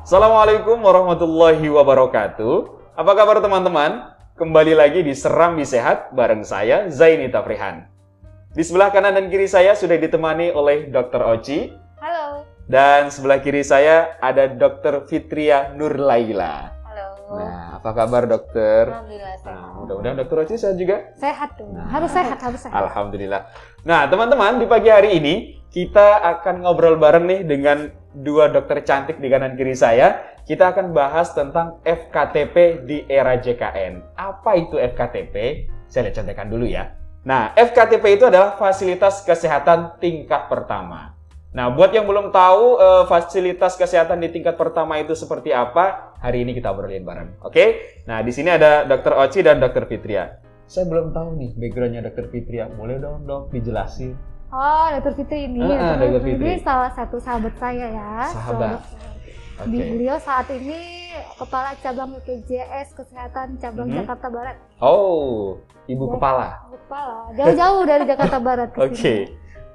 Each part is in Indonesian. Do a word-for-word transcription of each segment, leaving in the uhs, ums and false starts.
Assalamualaikum warahmatullahi wabarakatuh. Apa kabar teman-teman? Kembali lagi di Serambi Sehat bareng saya Zaini Tafrihan. Di sebelah kanan dan kiri saya sudah ditemani oleh dokter Oci. Halo. Dan sebelah kiri saya ada dokter Fitria Nurlaila. Halo. Nah, apa kabar dokter? Alhamdulillah sehat. Nah, mudah-mudahan dokter Oci sehat juga. Sehat tuh. Nah. Harus sehat, harus sehat. Alhamdulillah. Nah, teman-teman, di pagi hari ini kita akan ngobrol bareng nih dengan dua dokter cantik di kanan kiri saya. Kita akan bahas tentang F K T P di era J K N. Apa itu F K T P? Saya lihat contekan dulu ya. Nah, F K T P itu adalah fasilitas kesehatan tingkat pertama. Nah, buat yang belum tahu eh, fasilitas kesehatan di tingkat pertama itu seperti apa, hari ini kita obrolin bareng. Oke? Nah, di sini ada dokter Oci dan dokter Fitria. Saya belum tahu nih backgroundnya dokter Fitria. Boleh dong dok dijelasin? Oh, dokter Fitri ini. Ah, dokter dokter Fitri. Fitri salah satu sahabat saya ya. Sahabat. So, di Oke. beliau saat ini kepala cabang B P J S Kesehatan cabang Mhm. Jakarta Barat. Oh, ibu Ya. kepala. Kepala. Jauh-jauh dari Jakarta Barat ke Oke. sini.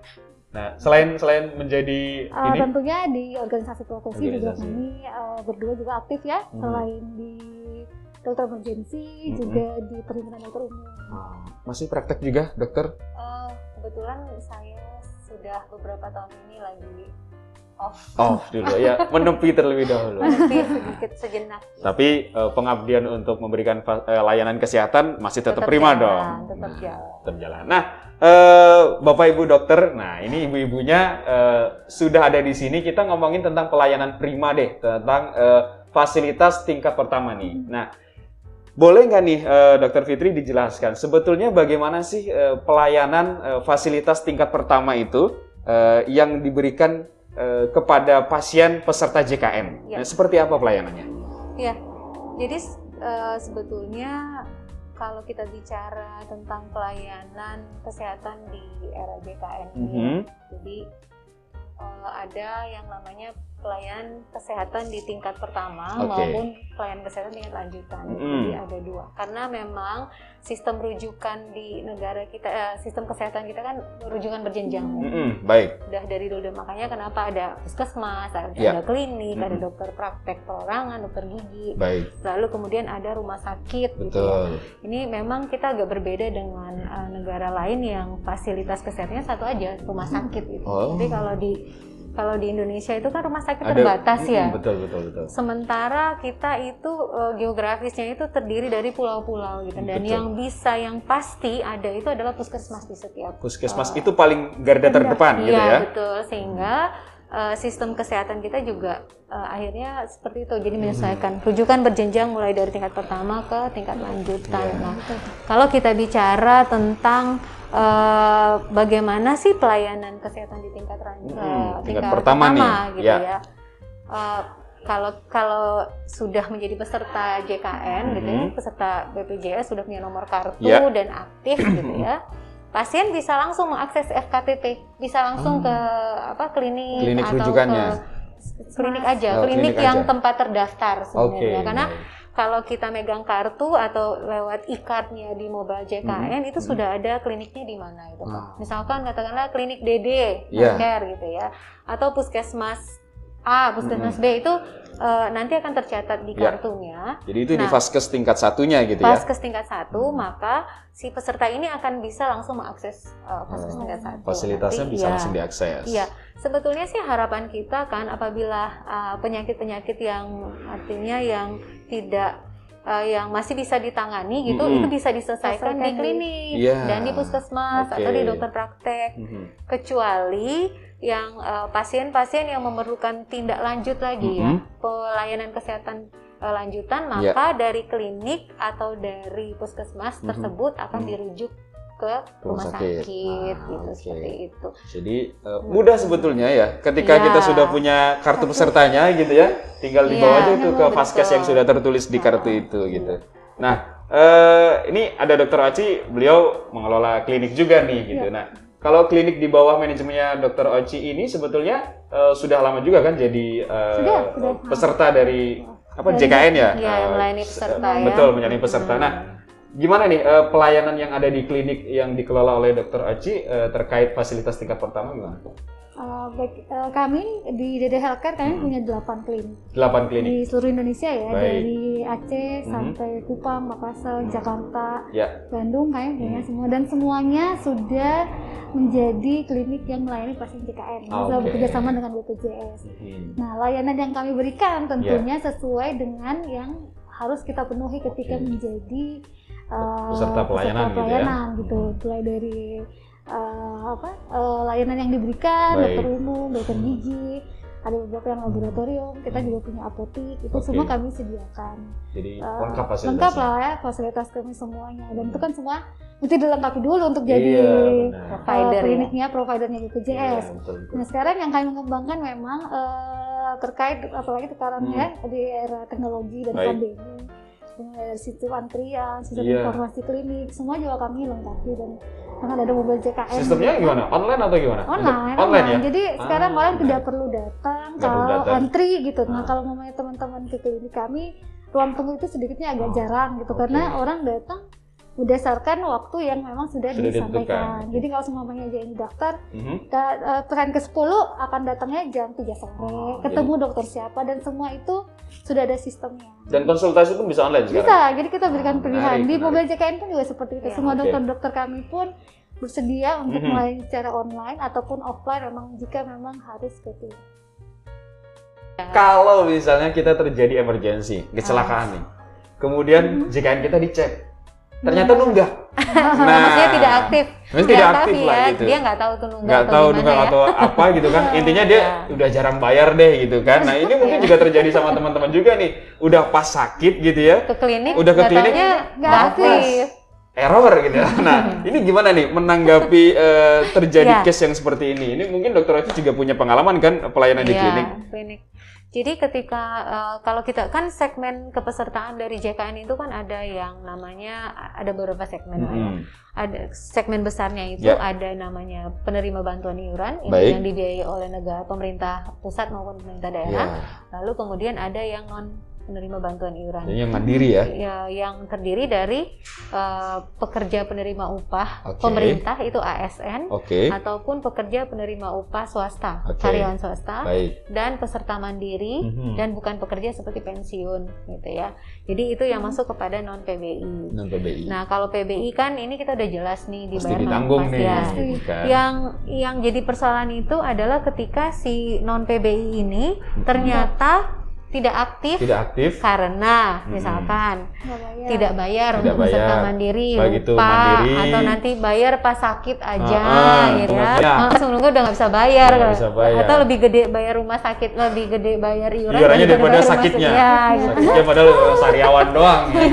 Nah, selain selain menjadi Uh, ini, tentunya di organisasi profesi juga Organisasi. kami uh, berdua juga aktif ya. Mhm. Selain di dokter emergensi, Mhm. juga di perhimpunan dokter umum. oh, masih praktek juga dokter? Eh, kebetulan saya sudah beberapa tahun ini lagi off, Off dulu ya, menepi terlebih dahulu. tapi sedikit sejenak. Tapi eh, pengabdian untuk memberikan fa- eh, layanan kesehatan masih tetap, prima jalan, dong. Tetap Nah, jalan. tetap jalan. Nah, eh, Bapak Ibu dokter, nah ini ibu-ibunya eh, sudah ada di sini. Kita ngomongin tentang pelayanan prima deh, tentang eh, fasilitas tingkat pertama nih. Nah, boleh nggak nih eh, dokter Fitri dijelaskan sebetulnya bagaimana sih eh, pelayanan eh, fasilitas tingkat pertama itu eh, yang diberikan eh, kepada pasien peserta J K N? Ya. Nah, seperti apa pelayanannya? Ya, jadi eh, sebetulnya kalau kita bicara tentang pelayanan kesehatan di era J K N ini, Mhm. jadi eh, ada yang namanya pelayanan kesehatan di tingkat pertama Oke. maupun pelayanan kesehatan tingkat lanjutan. Mm. Jadi ada dua. Karena memang sistem rujukan di negara kita, eh, sistem kesehatan kita kan rujukan berjenjang. Mm-mm, baik. Udah dari dulu, makanya kenapa ada puskesmas, ada, Ya. ada klinik, ada Mm-mm. dokter praktek perorangan, dokter gigi, Baik. lalu kemudian ada rumah sakit gitu ya. Betul. Ini memang kita agak berbeda dengan uh, negara lain yang fasilitas kesehatannya satu aja, rumah sakit gitu. Oh. Jadi kalau di kalau di Indonesia itu kan rumah sakit Ada- terbatas ya. Mm, betul, betul, betul. Sementara kita itu uh, geografisnya itu terdiri dari pulau-pulau gitu, dan Betul. yang bisa yang pasti ada itu adalah puskesmas di setiap Puskesmas uh, itu paling garda terdepan gitu iya, ya. betul. Sehingga uh, sistem kesehatan kita juga uh, akhirnya seperti itu. Jadi menyesuaikan rujukan berjenjang mulai dari tingkat pertama ke tingkat lanjutan. Iya. Nah, kalau kita bicara tentang uh, bagaimana sih pelayanan kesehatan di tingkat lanjut, Mm-mm, tingkat pertama nih, gitu ya. ya. Uh, kalau kalau sudah menjadi peserta J K N gitu ya, Mhm. peserta B P J S sudah punya nomor kartu Ya. dan aktif gitu ya. Pasien bisa langsung mengakses F K T P, bisa langsung Oh. ke apa klinik, Klinik atau rujukannya. ke klinik aja, Oh, klinik, klinik yang aja. tempat terdaftar Oke. sebenarnya. Karena baik. kalau kita megang kartu atau lewat e-cardnya di mobile J K N Mhm, itu mhm. sudah ada kliniknya di mana itu. Ah. Misalkan katakanlah klinik D D, Iya. care gitu ya, atau puskesmas A, puskesmas Mhm. B itu eh, nanti akan tercatat di Iya. kartunya. Jadi itu di Nah, vaskes tingkat satunya gitu Pas ya. ke tingkat satu, Hmm. maka si peserta ini akan bisa langsung mengakses uh, vaskes Oh, tingkat satu. Fasilitasnya Nanti, bisa ya, langsung diakses. Iya, sebetulnya sih harapan kita kan apabila uh, penyakit-penyakit yang artinya yang tidak uh, yang masih bisa ditangani gitu, Mm-mm. itu bisa diselesaikan Selesaikan di di- klinik Iya. dan di puskesmas Oke. atau di dokter praktek. Mhm. Kecuali yang uh, pasien-pasien yang memerlukan tindak lanjut lagi ya, Mm-mm. pelayanan kesehatan uh, lanjutan, Ya. maka dari klinik atau dari puskesmas Mhm. tersebut akan Mhm. dirujuk ke Rumah rumah sakit. sakit, Ah, gitu oke. seperti itu. Jadi eh, mudah sebetulnya ya ketika Iya. kita sudah punya kartu pesertanya gitu ya, tinggal dibawa Iya, aja itu ke betul. vaskes yang sudah tertulis di kartu Nah, itu gitu. Nah, eh, ini ada dokter Oci, beliau mengelola klinik juga nih gitu. Iya. Nah, kalau klinik di bawah manajemennya dokter Oci ini sebetulnya eh, sudah lama juga kan jadi eh, Sudah, sudah. peserta dari apa J Dari- K N ya? Iya, Eh, melayani s- peserta ya. Betul, melayani peserta. Hmm. Nah, gimana nih eh, pelayanan yang ada di klinik yang dikelola oleh dokter Oci eh, terkait fasilitas tingkat pertama gimana? Uh, baik, uh, kami di Dede Healthcare kami Hmm. punya delapan klinik delapan klinik. di seluruh Indonesia ya, Baik. dari Aceh Mhm. sampai Kupang, Makassar, Jakarta, Ya. Bandung kami punya Hmm. semua, dan semuanya sudah menjadi klinik yang melayani pasien J K N. Ah, Sudah oke. bekerja sama dengan B P J S. Hmm. Nah, layanan yang kami berikan tentunya sesuai dengan yang harus kita penuhi ketika Oke. menjadi uh, Peserta pelayanan gitu ya? pelayanan gitu. Mulai dari uh, apa uh, layanan yang diberikan, Baik. dokter umum, dokter gigi, ada beberapa yang laboratorium, kita juga punya apotik, itu Oke. semua kami sediakan. Jadi Uh, lengkap fasilitasnya. lengkap lah ya fasilitas kami semuanya, dan itu kan semua mesti dilengkapi dulu untuk jadi Iya, benar. uh, Provider ya. kliniknya, providernya B P J S. Iya, betul, betul. Nah, sekarang yang kami mengembangkan memang uh, terkait apalagi sekarang Hmm. ya di era teknologi dan Baik. pandemi, mulai dari sistem antrian, sistem Iya. informasi klinik, semua juga kami lengkapi, dan akan ada mobil J K N. Sistemnya gimana? Online atau gimana? Online, Untuk- online ya? Jadi sekarang Ah, orang online. tidak perlu datang Nggak perlu kalau datang. antri gitu. Nah, Ah. kalau namanya teman-teman ke klinik kami, ruang tunggu itu sedikitnya agak Oh, jarang gitu, oke. karena orang datang berdasarkan waktu yang memang sudah, Sudah disampaikan. ditentukan. Jadi kalau semuanya aja yang daftar, Mhm. da- eh, pekan ke sepuluh akan datangnya jam tiga sore, Oh, ketemu dokter siapa, dan semua itu sudah ada sistemnya. Dan konsultasi pun bisa online sekarang? Bisa, jadi kita berikan Ah, pilihan. menarik, Di menarik. mobil J K N pun juga seperti itu. Ya, Semua oke. dokter-dokter kami pun bersedia untuk Mhm. melayani secara online ataupun offline, memang jika memang harus ke klinik. Kalau misalnya kita terjadi emergency, kecelakaan nih, kemudian Mhm. J K N kita dicek, ternyata nunggak. Nah, Maksudnya tidak aktif. Maksudnya Nggak tidak tahu aktif sih lah ya, gitu. dia nggak tahu tuh nunggak Nggak atau tahu gimana nunggak ya. atau apa gitu kan. Intinya dia Ya. udah jarang bayar deh gitu kan. Nah ini mungkin juga terjadi sama teman-teman juga nih. Udah pas sakit gitu ya, Ke klinik, Udah ke nggak klinik, taunya nggak nggak aktif. aktif. error gitu. Nah ini gimana nih menanggapi eh, terjadi Ya. case yang seperti ini? Ini mungkin dokter Oci juga punya pengalaman kan pelayanan di Iya, klinik. klinik. Jadi ketika uh, kalau kita kan segmen kepesertaan dari J K N itu kan ada yang namanya ada beberapa segmen lah ya. Mhm. Ada segmen besarnya itu Ya. ada namanya penerima bantuan iuran yang, Baik. yang dibiayai oleh negara, pemerintah pusat maupun pemerintah daerah. Lalu kemudian ada yang non penerima bantuan iuran. Jadi yang mandiri ya. Ya, yang terdiri dari uh, pekerja penerima upah Oke. pemerintah itu A S N Oke. ataupun pekerja penerima upah swasta, Oke. karyawan swasta, Baik. dan peserta mandiri Mhm. dan bukan pekerja seperti pensiun gitu ya. Jadi itu yang masuk kepada non P B I. Non P B I. Nah, kalau P B I kan ini kita udah jelas nih Pasti dibayar ditanggung manfaat nih. ya. Pasti. gitu kan. Yang yang jadi persoalan itu adalah ketika si non P B I ini ternyata tidak aktif Tidak aktif. karena Hmm. misalkan Nggak bayar. tidak bayar Tidak untuk peserta bayar. mandiri, Baik itu lupa mandiri. atau nanti bayar pas sakit aja, Ah, ah, gitu ya. kemudian- Langsung nunggu udah nggak bisa bayar, Nggak bisa bayar. atau lebih gede bayar rumah sakit, lebih gede bayar iuran Iurannya daripada bayar rumah sakitnya. sakit. Ya, gitu. Sakitnya padahal sariawan doang. Ya.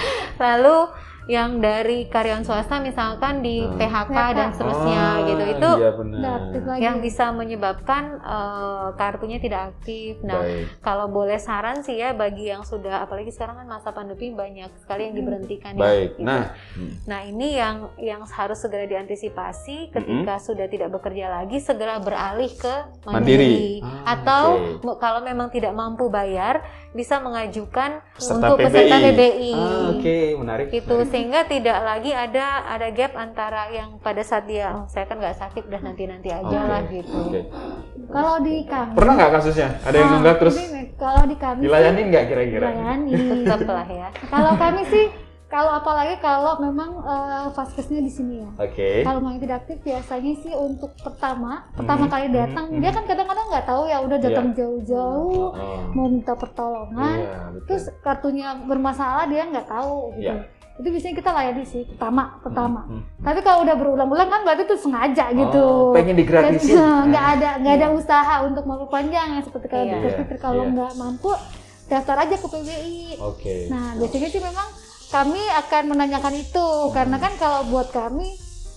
Lalu yang dari karyawan swasta misalkan di Hmm. P H K dan Ah, seterusnya gitu, itu Iya benar. Nggak aktif lagi. yang bisa menyebabkan eh, kartunya tidak aktif. Nah, Baik. kalau boleh saran sih ya bagi yang sudah, apalagi sekarang kan masa pandemi banyak sekali yang diberhentikan ya. Baik. gitu. Nah, Nah, ini yang yang harus segera diantisipasi ketika sudah tidak bekerja lagi, segera beralih ke Mandiri. mandiri. Ah, Atau oke. me- kalau memang tidak mampu bayar, bisa mengajukan Peserta untuk P B I. peserta P B I. Ah, oke, menarik. Gitu, menarik. sehingga tidak lagi ada ada gap antara yang pada saat dia, oh, saya kan nggak sakit, udah nanti-nanti aja Oke, lah gitu. oke. Kalau di kami, Pernah nggak kasusnya? Ada yang Ah, nunggak terus ini, kalau di kami sih, dilayani nggak kira-kira? dilayani. Tetap lah ya. Kalau kami sih, kalau apalagi kalau memang eh, vaskesnya di sini ya. Oke. Kalau mau yang tidak aktif biasanya sih untuk pertama, pertama Mhm, kali datang, mhm, dia mhm. kan kadang-kadang nggak tahu ya, udah datang Iya. jauh-jauh, Oh. mau minta pertolongan, Iya, betul. terus kartunya bermasalah dia nggak tahu gitu. Iya. Itu biasanya kita layani sih pertama, pertama. Hmm, hmm. Tapi kalau udah berulang-ulang kan berarti itu sengaja gitu. Oh, pengen digratisin. Dan nggak ada nggak ada usaha untuk memperpanjang ya, seperti kalau Iya. dokter Fitri, kalau Iya. nggak mampu daftar aja ke P B I. Oke. Nah, biasanya sih memang kami akan menanyakan itu, karena kan kalau buat kami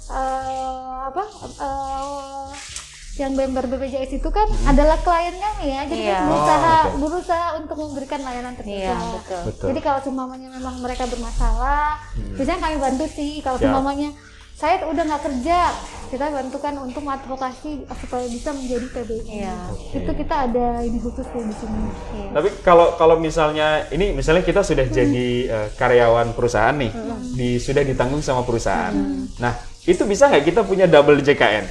eh, apa eh, yang member B P J S itu kan adalah klien kami ya, jadi Iya. kita berusaha Oh, oke. berusaha untuk memberikan layanan tersebut. Iya, betul. Betul. Jadi kalau semuanya memang mereka bermasalah, Hmm. biasanya kami bantu sih. Kalau Siap. semuanya saya udah nggak kerja, kita bantukan untuk advokasi supaya bisa menjadi P B I. Iya. Oke. Itu kita ada ini khusus tuh di sini. Iya. Tapi kalau kalau misalnya ini misalnya kita sudah jadi eh, karyawan perusahaan nih, di sudah ditanggung sama perusahaan. Nah, itu bisa nggak kita punya double J K N?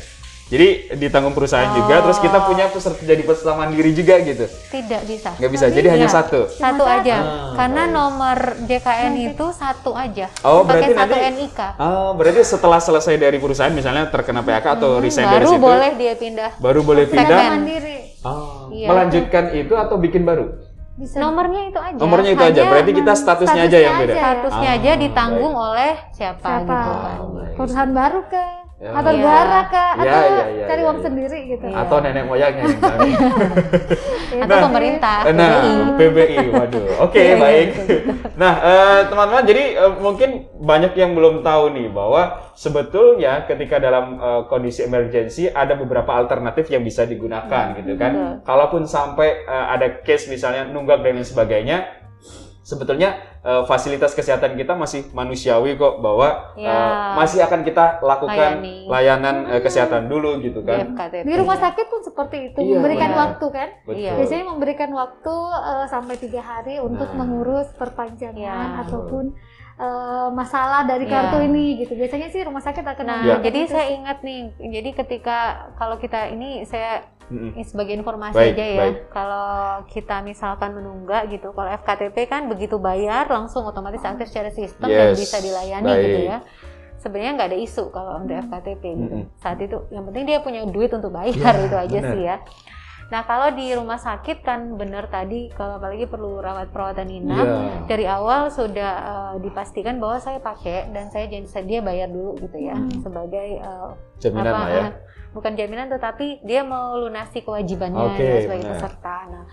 Jadi ditanggung perusahaan Oh. juga, terus kita punya peserta jadi peserta mandiri juga gitu. Tidak bisa. Nggak bisa, Nggak jadi hanya bisa. satu. Satu Cuma aja. satu. Karena Ah, baik. nomor J K N itu satu aja. Oh, Pakai berarti satu nanti- N I K. Ah, berarti setelah selesai dari perusahaan, misalnya terkena P H K atau resign dari Baru situ, boleh dia pindah. baru boleh Peserta pindah. mandiri Ah, Iya. melanjutkan itu atau bikin baru? bisa Nomornya itu aja. Nomornya itu aja, Hanya berarti kita statusnya aja statusnya yang beda. aja. statusnya Ah, aja ditanggung baik. oleh siapa, siapa gitu kan. Oh, baik. perusahaan baru ke Ya. atau Iya. negara ke Iya, atau iya, iya, cari iya, uang iya. sendiri gitu Iya. Atau nenek moyangnya yang tahu. Atau pemerintah, P B I. Nah, P B I, waduh. Oke, Iya, iya, baik. betul, Nah, eh, teman-teman, jadi eh, mungkin banyak yang belum tahu nih bahwa sebetulnya ketika dalam eh, kondisi emergency ada beberapa alternatif yang bisa digunakan gitu kan. betul. Kalaupun sampai eh, ada case misalnya nunggak dan lain sebagainya, sebetulnya eh, fasilitas kesehatan kita masih manusiawi kok, bahwa Ya. eh, masih akan kita lakukan Layani. layanan eh, kesehatan dulu gitu Di kan. F K T P. di rumah sakit pun seperti itu Iya, memberikan iya. waktu kan Betul. Iya. biasanya memberikan waktu eh, sampai tiga hari untuk Nah. mengurus perpanjangan Ya. ataupun eh, masalah dari Ya. kartu ini gitu biasanya sih rumah sakit akan Nah, Ya. memberikan jadi itu. saya ingat nih, jadi ketika kalau kita ini saya Mm-mm. ini sebagai informasi Baik, aja ya, baik. kalau kita misalkan menunggak gitu, kalau F K T P kan begitu bayar langsung otomatis aktif secara sistem dan Yes, bisa dilayani baik. gitu ya. Sebenarnya nggak ada isu kalau untuk F K T P gitu. Mm-mm. Saat itu yang penting dia punya duit untuk bayar Ya, itu aja benar. sih ya. Nah kalau di rumah sakit kan benar tadi kalau apalagi perlu rawat perawatan inap, Iya. dari awal sudah eh, dipastikan bahwa saya pakai dan saya janji dia bayar dulu gitu ya Hmm. sebagai eh, Jaminan apa, lah ya. eh, bukan jaminan tetapi dia mau lunasi kewajibannya Oke, ya, sebagai benar. peserta. Nah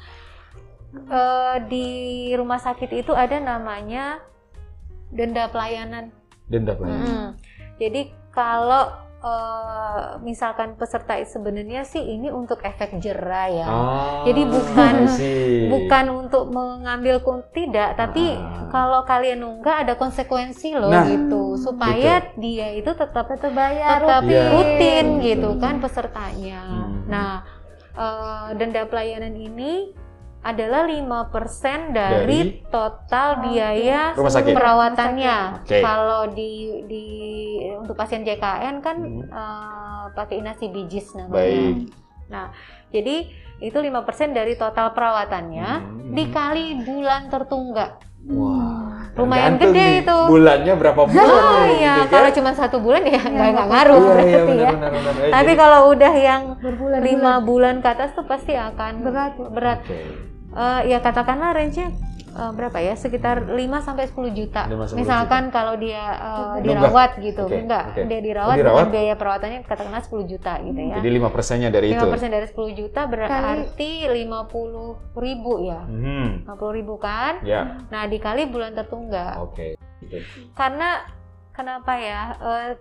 eh, di rumah sakit itu ada namanya denda pelayanan. Denda pelayanan. Mm-mm. Jadi kalau eh, misalkan peserta sebenarnya sih ini untuk efek jera ya. Ah, Jadi bukan- I see. Bukan untuk mengambil kun tidak, tapi Ah. kalau kalian nunggak ada konsekuensi loh Nah, gitu, supaya dia itu tetap tetap bayar tetap Iya, rutin betul, gitu betul. kan pesertanya. Hmm. Nah, eh, denda pelayanan ini adalah lima persen dari, Dari total biaya rumah sakit. perawatannya. Oke. Kalau di di untuk pasien J K N kan Hmm. eh, pakai inasi bijis namanya. Baik. Nah, jadi itu lima persen dari total perawatannya Hmm. dikali bulan tertunggak. Wah, Lumayan tergantung gede nih, itu. Bulannya berapa bulan Oh nih, iya, gitu kan? kalau cuma satu bulan ya nggak nggak nggak ngaruh Iya, berarti iya, ya. benar, benar, benar. Eh, Tapi jadi- kalau udah yang berbulan lima bulan ke atas tuh pasti akan Berat. berat. Oke. Eh, ya katakanlah range-nya eh, berapa ya? Sekitar lima sampai sepuluh juta. lima sampai sepuluh Misalkan kalau dia eh, Nunggak. dirawat gitu. Oke, Enggak, oke. dia Oh, dirawat dirawat? dengan biaya perawatannya katakanlah sepuluh juta gitu ya. Jadi lima persennya dari itu. lima persen dari sepuluh juta berarti lima puluh ribu ya. Hmm. lima puluh ribu kan? Ya, Nah, dikali bulan tertunggak. oke. Oke. Karena kenapa ya? eh,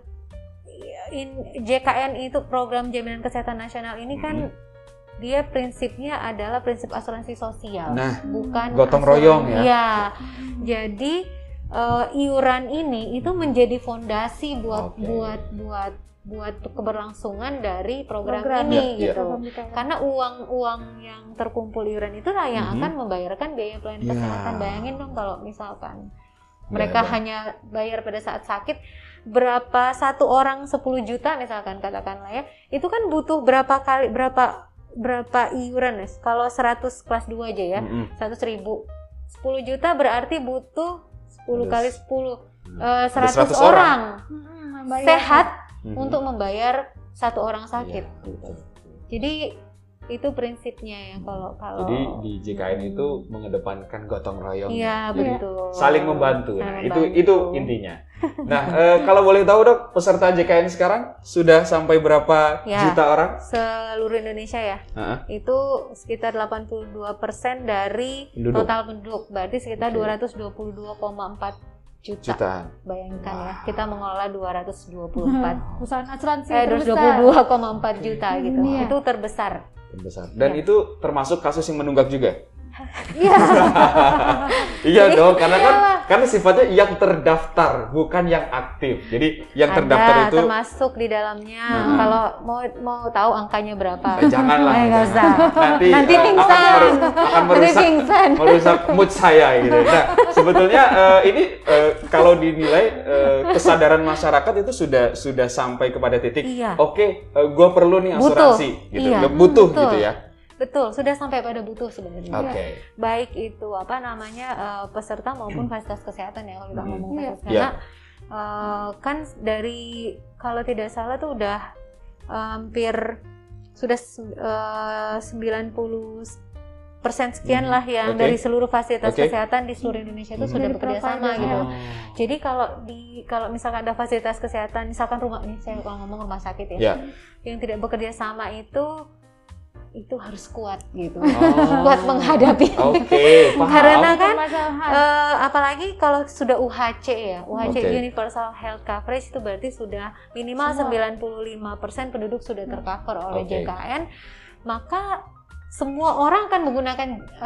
in- J K N itu program jaminan kesehatan nasional ini kan dia prinsipnya adalah prinsip asuransi sosial, Nah, bukan gotong asuransi- royong ya. Iya. Jadi eh, iuran ini itu menjadi fondasi buat Oke. buat buat buat keberlangsungan dari program, Program. ini Iya, iya. gitu. Karena uang-uang yang terkumpul iuran itulah yang Mhm. akan membayarkan biaya pelayanan Ya. kesehatan. Bayangin dong kalau misalkan Nggak mereka ada. hanya bayar pada saat sakit, berapa satu orang sepuluh juta misalkan katakanlah ya, itu kan butuh berapa kali berapa berapa iuran Nes? Kalau seratus kelas dua aja ya, Mm-mm. seratus ribu, sepuluh juta berarti butuh sepuluh Terus. kali sepuluh, Ada eh, seratus seratus orang, Hmm, bayar. sehat Mhm. untuk membayar satu orang sakit. Iya, betul. Jadi itu prinsipnya ya kalau kalau Jadi di J K N itu mengedepankan gotong royong. iya Jadi betul. saling membantu. Saling Nah, itu membantu. itu intinya. Nah, eh, kalau boleh tahu Dok, peserta J K N sekarang sudah sampai berapa Ya. juta orang? Seluruh Indonesia ya. Heeh. Itu sekitar delapan puluh dua persen dari Penduduk. total penduduk, berarti sekitar Oke. dua ratus dua puluh dua koma empat juta. Jutaan. Bayangkan ya, kita mengelola dua ratus dua puluh empat Perusahaan asuransi eh dua ratus dua terbesar. puluh dua koma empat juta gitu. Iya. Itu terbesar. Terbesar. Dan Iya. itu termasuk kasus yang menunggak juga? Iya. Iya dong, karena kan karena sifatnya yang terdaftar, bukan yang aktif. Jadi yang terdaftar ada, itu termasuk di dalamnya. Nah. Kalau mau mau tahu angkanya berapa? Eh, janganlah. Eh, nggak usah. Nanti, Nanti eh, pingsan. akan, meru- akan Nanti merusak, pingsan. merusak mood saya gitu. Nah, sebetulnya eh, ini eh, kalau dinilai eh, kesadaran masyarakat itu sudah sudah sampai kepada titik, Iya. oke, eh, gue perlu nih Butuh. asuransi, gitu, Iya. Nggak butuh Betul. gitu ya. Betul, sudah sampai pada butuh sebenarnya. Oke. Baik itu apa namanya eh, peserta maupun fasilitas kesehatan ya kalau kita Hmm. ngomong Iya. fasilitas. Karena eh, kan dari kalau tidak salah tuh udah eh, hampir sudah se- eh, sembilan puluh persen sekian Hmm. lah yang Oke. dari seluruh fasilitas Oke. kesehatan di seluruh Indonesia itu Hmm. sudah Dari bekerja sama provider. gitu. Oh. Jadi kalau di kalau misalkan ada fasilitas kesehatan, misalkan rumah nih saya kalau ngomong rumah sakit ya, Ya. yang tidak bekerja sama itu itu harus kuat gitu, Oh. kuat menghadapi. Oke, paham. Karena kan Permasalahan. eh, apalagi kalau sudah U H C ya, U H C Oke. Universal Health Coverage itu berarti sudah minimal Semua. sembilan puluh lima persen penduduk sudah tercover oleh Oke. J K N, maka semua orang akan menggunakan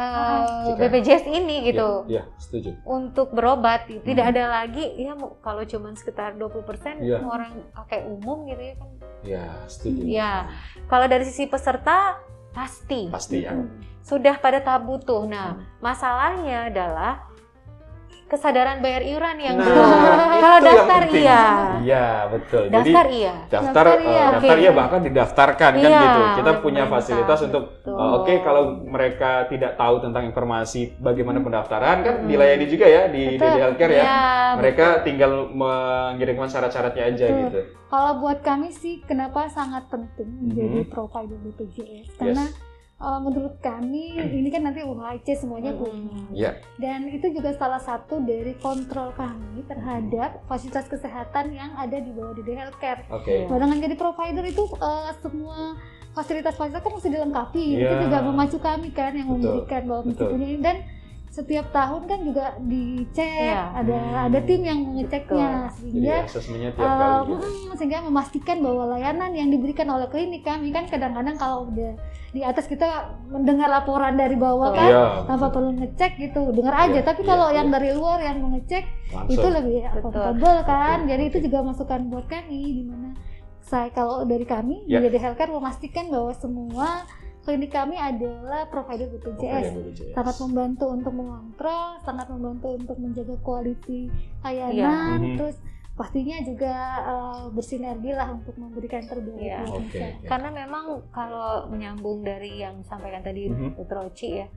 eh, J K N. B P J S ini gitu Iya, setuju. untuk berobat. Tidak Hmm. ada lagi ya mau- kalau cuma sekitar dua puluh persen Iya. orang pakai umum gitu ya kan. Ya, setuju. Ya, kalau dari sisi peserta pasti Pasti ya. sudah pada tahap butuh. Nah, masalahnya adalah kesadaran bayar iuran yang Nah, belum. itu Kalau yang daftar penting. iya, Iya, betul. Jadi daftar iya. daftar Daftar eh, iya. daftar Oke. ya bahkan didaftarkan kan Iya, gitu. Kita oleh punya pemerintah, fasilitas untuk betul. eh, oke kalau mereka tidak tahu tentang informasi bagaimana pendaftaran kan Hmm. dilayani juga ya di Betul. D D Healthcare ya. Iya, Mereka betul. tinggal mengirimkan syarat-syaratnya aja Betul. gitu. Kalau buat kami sih kenapa sangat penting menjadi Mhm. provider B P J S karena uh, menurut kami ini kan nanti U H C semuanya punya. Hmm. Ya. Dan itu juga salah satu dari kontrol kami terhadap fasilitas kesehatan yang ada di bawah D D Healthcare. Oke. Nah, dengan jadi provider itu uh, semua fasilitas-fasilitas kan mesti dilengkapi. Iya. Itu juga memacu kami kan yang Betul. memberikan bahwa mesti Betul. punya ini. Dan setiap tahun kan juga dicek, Iya. ada Hmm. ada tim yang mengeceknya Jadi sehingga asesmennya tiap Uh, kali gitu. mm, sehingga memastikan bahwa layanan yang diberikan oleh klinik kami kan kadang-kadang kalau udah di atas kita mendengar laporan dari bawah kan Iya. tanpa perlu ngecek gitu dengar aja Iya, tapi iya, kalau iya. yang dari luar yang mengecek Langsung. itu lebih Betul. akuntabel kan Oke, jadi itu oke. juga masukan buat kami di mana saya kalau dari kami Ya. di D D Healthcare memastikan bahwa semua klinik kami adalah provider B P J S. Provider B P J S. Sangat membantu untuk mengontrol, sangat membantu untuk menjaga kualiti layanan, Mhm. terus pastinya juga uh, bersinergi lah untuk memberikan terbaik. Iya. buat Oke. masyarakat. Karena memang kalau menyambung dari yang disampaikan tadi Mhm. Dokter Oci ya,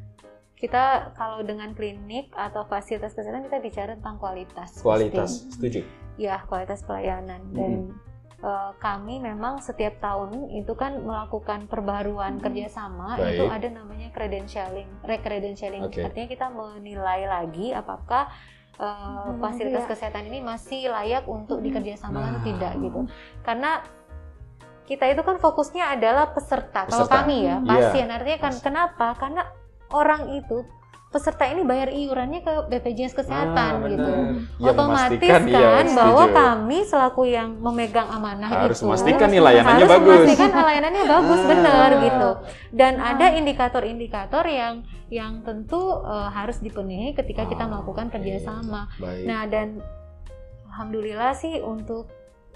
kita kalau dengan klinik atau fasilitas kesehatan kita bicara tentang kualitas. Kualitas, pasti. setuju. Ya, kualitas pelayanan dan eh, kami memang setiap tahun itu kan melakukan perbaharuan kerjasama. Baik. Itu ada namanya credentialing, re-credentialing. Oke. Artinya kita menilai lagi apakah eh, Hmm, fasilitas iya. kesehatan ini masih layak untuk dikerjasamakan atau Nah. tidak gitu. Karena kita itu kan fokusnya adalah peserta. Kalau Peserta. kami ya, Iya. pasien. Artinya kan Pas- kenapa? Karena orang itu peserta ini bayar iurannya ke B P J S kesehatan Ah, gitu. benar. Ya, Otomatis memastikan, iya, kan setuju. bahwa kami selaku yang memegang amanah Harus itu memastikan nih layanannya harus bagus. memastikan layanannya bagus Ah. benar gitu. Dan Ah. ada indikator-indikator yang yang tentu eh, harus dipenuhi ketika kita Ah, melakukan oke. kerjasama. Baik. Nah dan alhamdulillah sih untuk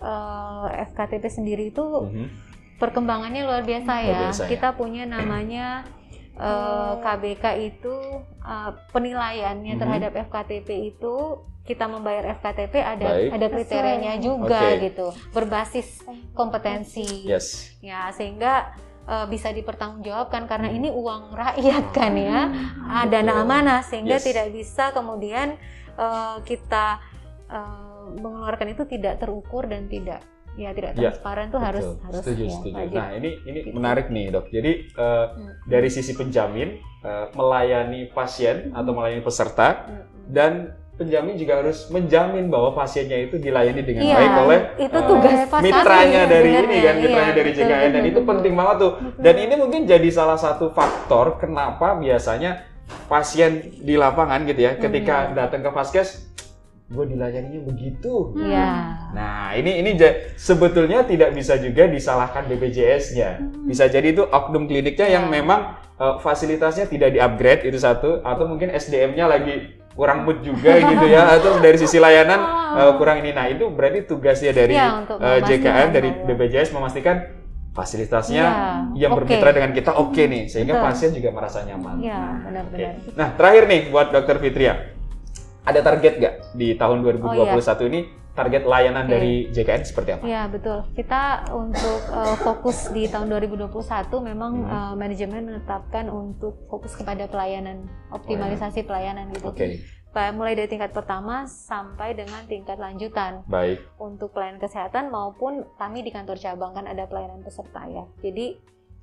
eh, F K T P sendiri itu Mhm. perkembangannya luar biasa ya. Luar biasa ya. Kita punya namanya eh, K B K itu eh, penilaiannya Mhm. terhadap F K T P itu kita membayar F K T P ada Baik. ada kriterianya juga Oke. gitu, berbasis kompetensi. Yes. Ya, sehingga eh, bisa dipertanggungjawabkan karena ini uang rakyat kan ya. Ah, dana Betul. amanah sehingga Yes. tidak bisa kemudian eh, kita eh, mengeluarkan itu tidak terukur dan tidak ya tidak Ya, transparan tuh harus Betul. harus setuju, ya, setuju. wajib. Nah, ini ini Gitu. menarik nih, Dok. Jadi eh, Hmm. dari sisi penjamin eh, melayani pasien atau melayani peserta Hmm. dan penjamin juga harus menjamin bahwa pasiennya itu dilayani dengan Iya, baik oleh itu eh, tugas mitranya kami dari sebenarnya. ini kan, mitranya Iya, dari J K N betul, dan betul, itu betul. penting banget tuh. Dan ini mungkin jadi salah satu faktor kenapa biasanya pasien di lapangan gitu ya, ketika Hmm. datang ke Vaskes, gue dilayaninya begitu. Iya. Nah, ini ini ja- sebetulnya tidak bisa juga disalahkan B P J S-nya. Bisa jadi itu oknum kliniknya yang Ya. memang eh, fasilitasnya tidak di-upgrade itu satu, atau mungkin S D M-nya lagi kurang mood juga gitu ya, atau dari sisi layanan uh, kurang ini. Nah itu berarti tugasnya dari Ya, untuk uh, J K N, dari bahwa- B P J S memastikan fasilitasnya Ya, yang oke. bermitra dengan kita oke nih, sehingga Betul. pasien juga merasa nyaman. Iya, Nah, benar-benar. oke. Nah terakhir nih buat Dokter Fitria, ada target nggak di tahun dua ribu dua puluh satu ini? Target layanan Oke. dari J K N seperti apa? Ya betul. Kita untuk uh, fokus di tahun dua ribu dua puluh satu memang Hmm. uh, manajemen menetapkan untuk fokus kepada pelayanan, optimalisasi pelayanan gitu. Oke, Pa- Mulai dari tingkat pertama sampai dengan tingkat lanjutan baik. untuk pelayanan kesehatan maupun kami di kantor cabang kan ada pelayanan peserta ya. Jadi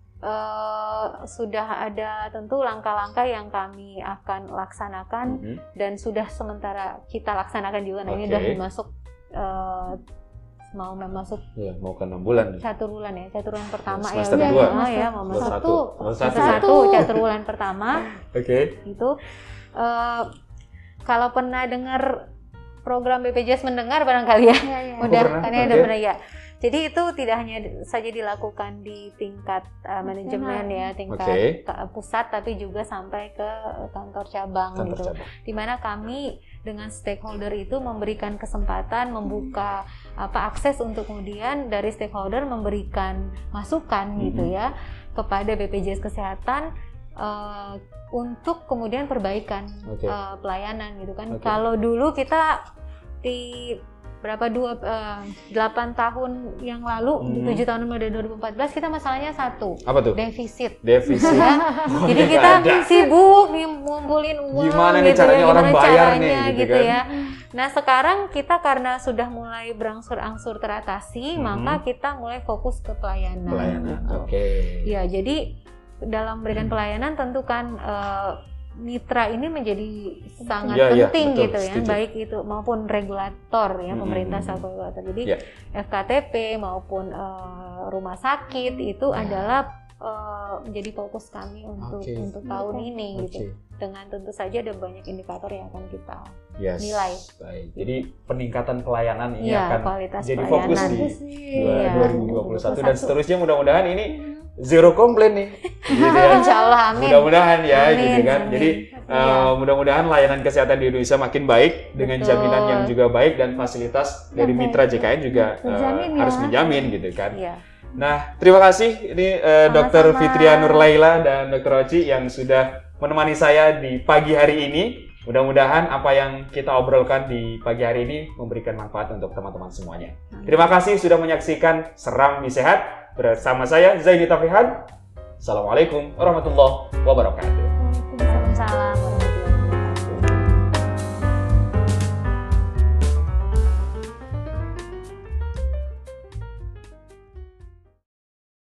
uh, sudah ada tentu langkah-langkah yang kami akan laksanakan Mhm. dan sudah sementara kita laksanakan juga. Nah ini Oke. udah masuk uh, mau masuk Ya, mau ke enam bulan. catur bulan ya, catur bulan pertama ya, Semester udah dua. oh ya mau masuk Satu. Oh, semester satu. satu catur bulan pertama Oke. itu eh, kalau pernah dengar program B P J S mendengar barangkali ya Iya, iya. udah pernah, kan ya oke. udah pernah ya. Jadi itu tidak hanya di- saja dilakukan di tingkat uh, manajemen ya, tingkat Oke. ke- pusat, tapi juga sampai ke kantor cabang Kantor gitu. cabang. Di mana kami dengan stakeholder itu memberikan kesempatan membuka apa akses untuk kemudian dari stakeholder memberikan masukan gitu Mhm. ya kepada B P J S Kesehatan eh, untuk kemudian perbaikan Oke. eh, pelayanan gitu kan. Oke. Kalau dulu kita di berapa dua eh, delapan tahun yang lalu di Hmm. tujuh tahun dari dua ribu empat belas kita masalahnya satu Apa tuh? defisit. Defisit. Ya. Oh, Jadi nggak kita ada. sibuk nih ngumpulin uang Gimana nih gitu caranya ya, orang gimana bayar caranya nih, gitu gitu kan. ya. Nah sekarang kita karena sudah mulai berangsur-angsur teratasi, Mhm. maka kita mulai fokus ke pelayanan. Pelayanan. gitu. Oke. Ya jadi dalam memberikan pelayanan tentu kan eh, mitra ini menjadi sangat Ya, ya, penting betul, gitu ya, setuju. baik itu maupun regulator ya, Mhm, pemerintah mhm. selaku regulator. Jadi Ya. F K T P maupun eh, rumah sakit itu Ya. adalah eh, menjadi fokus kami untuk Oke. untuk tahun Oke. ini Oke. gitu. Dengan tentu saja ada banyak indikator yang akan kita Yes. nilai. Baik. Jadi peningkatan pelayanan ini Iya, akan kualitas jadi pelayanan. fokus di dua- Iya. dua ribu dua puluh satu dan seterusnya, mudah-mudahan ini zero komplain nih. Gitu ya. Insya Allah, amin. Mudah-mudahan ya Amin, gitu kan. amin. Jadi Iya. uh, mudah-mudahan layanan kesehatan di Indonesia makin baik dengan Betul. jaminan yang juga baik dan fasilitas dari Yang mitra baik. J K N juga uh, Terjamin ya. harus menjamin gitu kan. Iya. Nah, terima kasih ini uh, Dokter Sama-sama. Fitria Nurlaila dan Dokter Oci yang sudah menemani saya di pagi hari ini. Mudah-mudahan apa yang kita obrolkan di pagi hari ini memberikan manfaat untuk teman-teman semuanya. Terima kasih sudah menyaksikan Seram Mi Sehat bersama saya Zaini Tafrihan. Assalamualaikum warahmatullahi wabarakatuh. Waalaikumsalam.